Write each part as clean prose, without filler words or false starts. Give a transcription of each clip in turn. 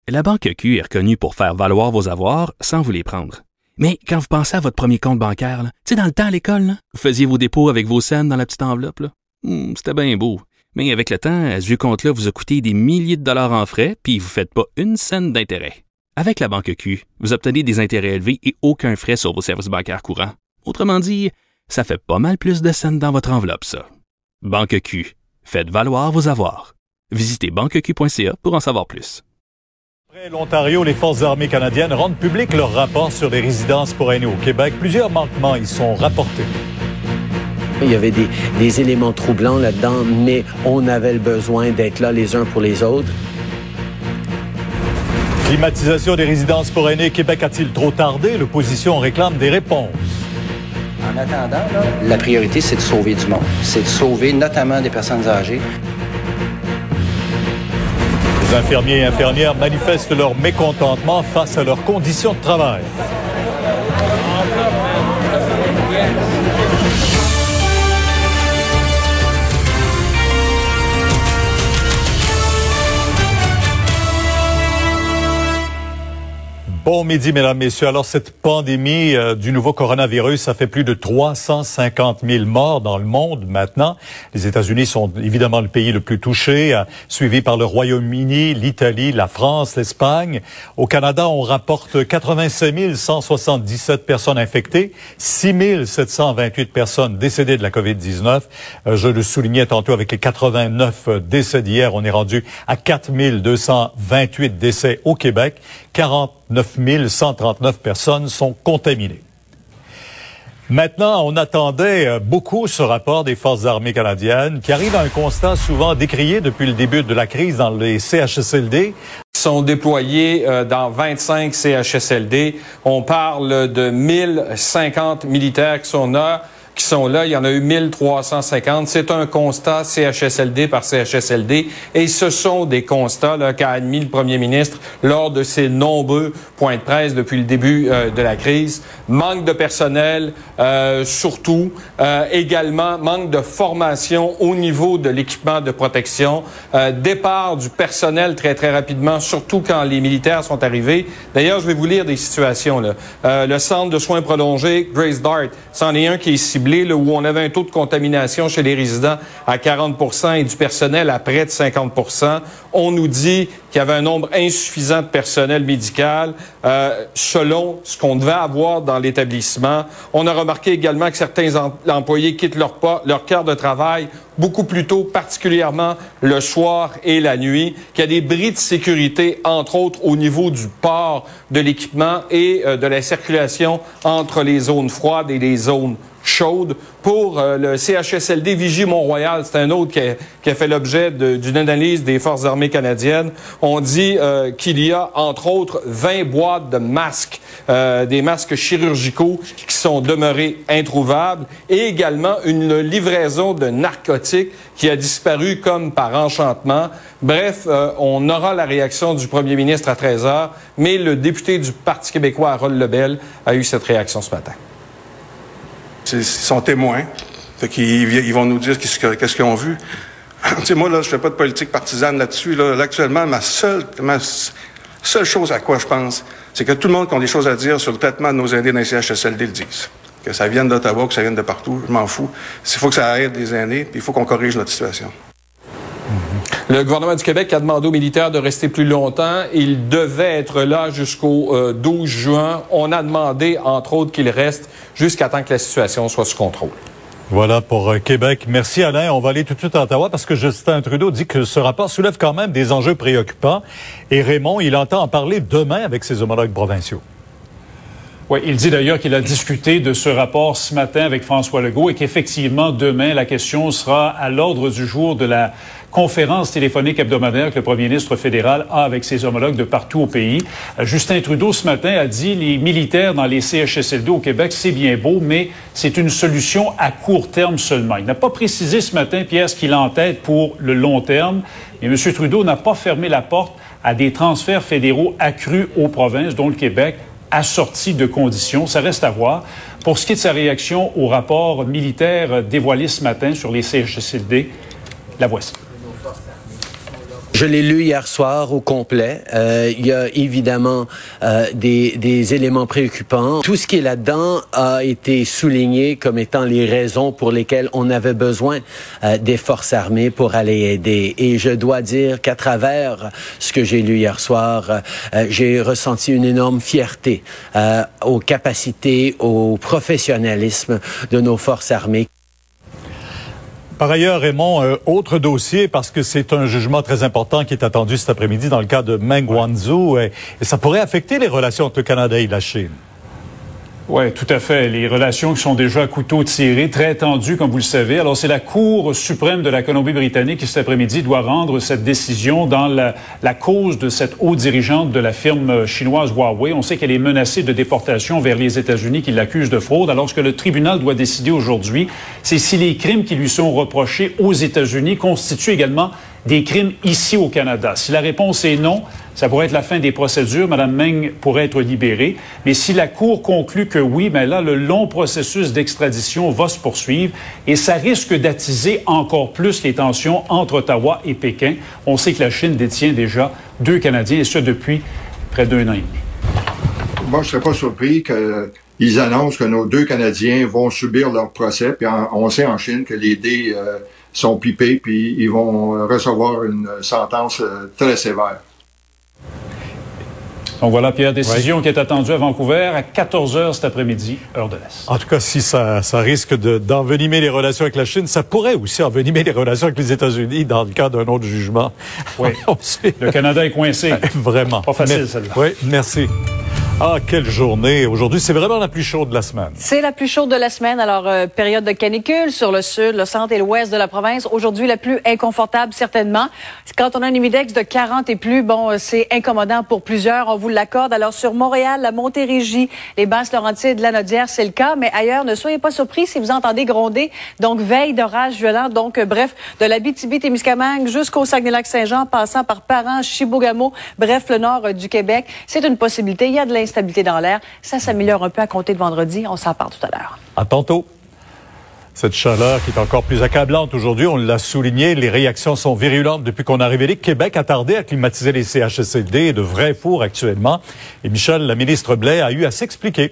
La Banque Q est reconnue pour faire valoir vos avoirs sans vous les prendre. Mais quand vous pensez à votre premier compte bancaire, tu sais, dans le temps à l'école, là, vous faisiez vos dépôts avec vos scènes dans la petite enveloppe. Là. C'était bien beau. Mais avec le temps, ce vieux compte-là vous a coûté des milliers de dollars en frais, puis vous ne faites pas une scène d'intérêt. Avec la Banque Q, vous obtenez des intérêts élevés et aucun frais sur vos services bancaires courants. Autrement dit, ça fait pas mal plus de scènes dans votre enveloppe, ça. Banque Q. Faites valoir vos avoirs. Visitez banqueq.ca pour en savoir plus. Après l'Ontario, les Forces armées canadiennes rendent public leur rapport sur les résidences pour aînés au Québec. Plusieurs manquements y sont rapportés. Il y avait des éléments troublants là-dedans, mais on avait le besoin d'être là les uns pour les autres. Climatisation des résidences pour aînés, Québec a-t-il trop tardé? L'opposition réclame des réponses. En attendant, la priorité, c'est de sauver du monde. C'est de sauver notamment des personnes âgées. Les infirmiers et infirmières manifestent leur mécontentement face à leurs conditions de travail. Bon midi, mesdames, messieurs. Alors, cette pandémie du nouveau coronavirus, ça fait plus de 350 000 morts dans le monde maintenant. Les États-Unis sont évidemment le pays le plus touché, suivi par le Royaume-Uni, l'Italie, la France, l'Espagne. Au Canada, on rapporte 85 177 personnes infectées, 6 728 personnes décédées de la COVID-19. Je le soulignais tantôt avec les 89 décès d'hier. On est rendu à 4 228 décès au Québec. 49 139 personnes sont contaminées. Maintenant, on attendait beaucoup ce rapport des Forces armées canadiennes qui arrive à un constat souvent décrié depuis le début de la crise dans les CHSLD. Sont déployés dans 25 CHSLD. On parle de 1050 militaires qui sont là. Il y en a eu 1350. C'est un constat CHSLD par CHSLD. Et ce sont des constats qu'a admis le premier ministre lors de ses nombreux points de presse depuis le début de la crise. Manque de personnel, surtout. Également, manque de formation au niveau de l'équipement de protection. Départ du personnel très, très rapidement, surtout quand les militaires sont arrivés. D'ailleurs, je vais vous lire des situations. Le centre de soins prolongés, Grace Dart, c'en est un qui est ciblé, où on avait un taux de contamination chez les résidents à 40 % et du personnel à près de 50 %. On nous dit qu'il y avait un nombre insuffisant de personnel médical selon ce qu'on devait avoir dans l'établissement. On a remarqué également que certains employés quittent leur cœur de travail beaucoup plus tôt, particulièrement le soir et la nuit, qu'il y a des bris de sécurité, entre autres au niveau du port de l'équipement et de la circulation entre les zones froides et les zones chaudes. Pour le CHSLD Vigie-Mont-Royal, c'est un autre qui a fait l'objet d'une analyse des Forces armées canadiennes. On dit qu'il y a, entre autres, 20 boîtes de masques, des masques chirurgicaux qui sont demeurés introuvables, et également une livraison de narcotiques qui a disparu comme par enchantement. Bref, on aura la réaction du premier ministre à 13h, mais le député du Parti québécois, Harold Lebel, a eu cette réaction ce matin. Ils sont témoins. Ils vont nous dire qu'est-ce qu'ils ont vu. Tu sais, moi, là, je fais pas de politique partisane là-dessus. Là, actuellement, ma seule chose à quoi je pense, c'est que tout le monde qui a des choses à dire sur le traitement de nos aînés dans les CHSLD le disent. Que ça vienne d'Ottawa, que ça vienne de partout, je m'en fous. Il faut que ça aide les aînés, puis il faut qu'on corrige notre situation. Le gouvernement du Québec a demandé aux militaires de rester plus longtemps. Ils devaient être là jusqu'au 12 juin. On a demandé, entre autres, qu'ils restent jusqu'à temps que la situation soit sous contrôle. Voilà pour Québec. Merci Alain. On va aller tout de suite à Ottawa parce que Justin Trudeau dit que ce rapport soulève quand même des enjeux préoccupants. Et Raymond, il entend en parler demain avec ses homologues provinciaux. Oui, il dit d'ailleurs qu'il a discuté de ce rapport ce matin avec François Legault et qu'effectivement, demain, la question sera à l'ordre du jour de la conférence téléphonique hebdomadaire que le premier ministre fédéral a avec ses homologues de partout au pays. Justin Trudeau, ce matin, a dit les militaires dans les CHSLD au Québec, c'est bien beau, mais c'est une solution à court terme seulement. Il n'a pas précisé ce matin, Pierre, ce qu'il a en tête pour le long terme, mais M. Trudeau n'a pas fermé la porte à des transferts fédéraux accrus aux provinces, dont le Québec, assorti de conditions. Ça reste à voir. Pour ce qui est de sa réaction au rapport militaire dévoilé ce matin sur les CHSLD, la voici. Je l'ai lu hier soir au complet. Il y a évidemment des éléments préoccupants. Tout ce qui est là-dedans a été souligné comme étant les raisons pour lesquelles on avait besoin des forces armées pour aller aider. Et je dois dire qu'à travers ce que j'ai lu hier soir, j'ai ressenti une énorme fierté aux capacités, au professionnalisme de nos forces armées. Par ailleurs, Raymond, autre dossier, parce que c'est un jugement très important qui est attendu cet après-midi dans le cas de Meng Wanzhou, et ça pourrait affecter les relations entre le Canada et la Chine. Oui, tout à fait. Les relations qui sont déjà à couteau tiré, très tendues, comme vous le savez. Alors, c'est la Cour suprême de la Colombie-Britannique qui, cet après-midi, doit rendre cette décision dans la cause de cette haute dirigeante de la firme chinoise Huawei. On sait qu'elle est menacée de déportation vers les États-Unis qui l'accusent de fraude. Alors, ce que le tribunal doit décider aujourd'hui, c'est si les crimes qui lui sont reprochés aux États-Unis constituent également des crimes ici au Canada. Si la réponse est non, ça pourrait être la fin des procédures. Mme Meng pourrait être libérée. Mais si la Cour conclut que oui, bien là, le long processus d'extradition va se poursuivre et ça risque d'attiser encore plus les tensions entre Ottawa et Pékin. On sait que la Chine détient déjà 2 Canadiens, et ce depuis près d'1 an et demi. Moi, je ne serais pas surpris qu'ils annoncent que nos 2 Canadiens vont subir leur procès. Puis on sait en Chine que les dés sont pipés, puis ils vont recevoir une sentence très sévère. Donc voilà, Pierre, décision qui est attendue à Vancouver à 14h cet après-midi, heure de l'Est. En tout cas, si ça risque d'envenimer les relations avec la Chine, ça pourrait aussi envenimer les relations avec les États-Unis dans le cas d'un autre jugement. Oui, le Canada est coincé. Vraiment. Pas facile, celle-là. Oui, merci. Ah, quelle journée. Aujourd'hui, c'est vraiment la plus chaude de la semaine. C'est la plus chaude de la semaine. Alors, période de canicule sur le sud, le centre et l'ouest de la province. Aujourd'hui, la plus inconfortable, certainement. Quand on a un humidex de 40 et plus, bon, c'est incommodant pour plusieurs, on vous l'accorde. Alors, sur Montréal, la Montérégie, les Basses-Laurentides, la Naudière, c'est le cas. Mais ailleurs, ne soyez pas surpris si vous entendez gronder. Donc, veille d'orage violent. Donc, bref, de l'Abitibi-Témiscamingue jusqu'au Saguenay-Lac-Saint-Jean, passant par Parent, Chibougamau, bref, le nord du Québec. C'est une possibilité. Il y a de l'instabilité dans l'air. Ça s'améliore un peu à compter de vendredi. On s'en parle tout à l'heure. À tantôt. Cette chaleur qui est encore plus accablante aujourd'hui, on l'a souligné, les réactions sont virulentes depuis qu'on a révélé que Québec a tardé à climatiser les CHSLD et de vrais fours actuellement. Et Michel, la ministre Blais, a eu à s'expliquer.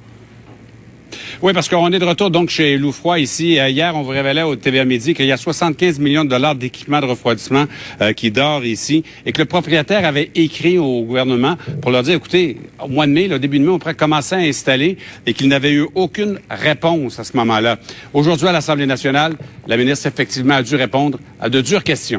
Oui, parce qu'on est de retour donc chez Loufroy ici. Hier, on vous révélait au TVA Midi qu'il y a 75 millions de dollars d'équipement de refroidissement qui dort ici et que le propriétaire avait écrit au gouvernement pour leur dire, écoutez, au mois de mai, au début de mai, on pourrait commencer à installer et qu'il n'avait eu aucune réponse à ce moment-là. Aujourd'hui, à l'Assemblée nationale, la ministre, effectivement, a dû répondre à de dures questions.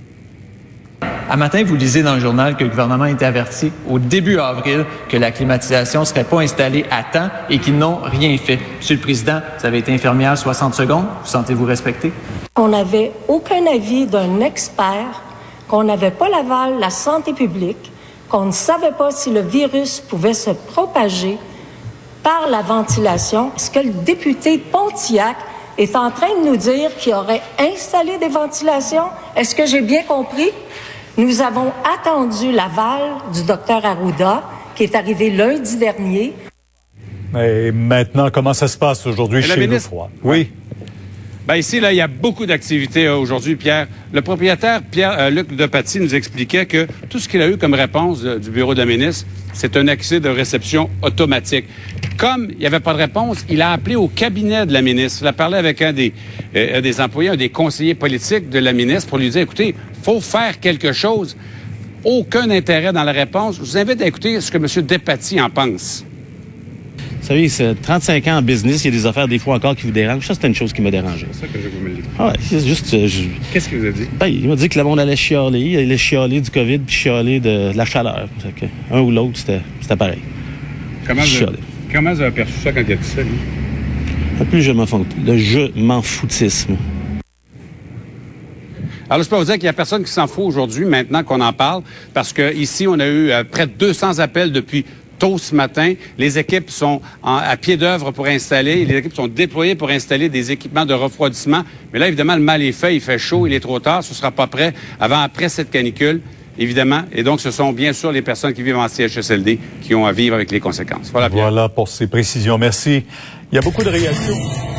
À matin, vous lisez dans le journal que le gouvernement a été averti au début avril que la climatisation ne serait pas installée à temps et qu'ils n'ont rien fait. Monsieur le Président, vous avez été infirmière 60 secondes. Vous sentez-vous respecté? On n'avait aucun avis d'un expert, qu'on n'avait pas l'aval de la santé publique, qu'on ne savait pas si le virus pouvait se propager par la ventilation. Est-ce que le député Pontiac est en train de nous dire qu'il aurait installé des ventilations? Est-ce que j'ai bien compris? Nous avons attendu l'aval du docteur Arruda, qui est arrivé lundi dernier. Et maintenant, comment ça se passe aujourd'hui chez Loufroy? Oui. Ben ici, là, il y a beaucoup d'activités aujourd'hui, Pierre. Le propriétaire, Pierre-Luc Depaty, nous expliquait que tout ce qu'il a eu comme réponse du bureau de la ministre, c'est un accès de réception automatique. Comme il n'y avait pas de réponse, il a appelé au cabinet de la ministre. Il a parlé avec un des employés, un des conseillers politiques de la ministre pour lui dire, écoutez, faut faire quelque chose. Aucun intérêt dans la réponse. Je vous invite à écouter ce que M. Depaty en pense. Vous savez, c'est 35 ans en business, il y a des affaires des fois encore qui vous dérangent. Ça, c'était une chose qui m'a dérangé. C'est ça que je vous me le dis. Ah ouais, c'est juste... Qu'est-ce qu'il vous a dit? Ben, il m'a dit que le monde allait chialer. Il allait chialer du COVID puis chialer de la chaleur. Que un ou l'autre, c'était pareil. Comment vous avez perçu ça quand il a dit ça, lui? Plus je m'en foutisme. Alors, je peux vous dire qu'il n'y a personne qui s'en fout aujourd'hui, maintenant qu'on en parle, parce que ici, on a eu près de 200 appels depuis tôt ce matin. Les équipes sont à pied d'œuvre pour installer. Les équipes sont déployées pour installer des équipements de refroidissement. Mais là, évidemment, le mal est fait. Il fait chaud. Il est trop tard. Ce ne sera pas prêt après cette canicule, évidemment. Et donc, ce sont bien sûr les personnes qui vivent en CHSLD qui ont à vivre avec les conséquences. Voilà pour ces précisions. Merci. Il y a beaucoup de réactions.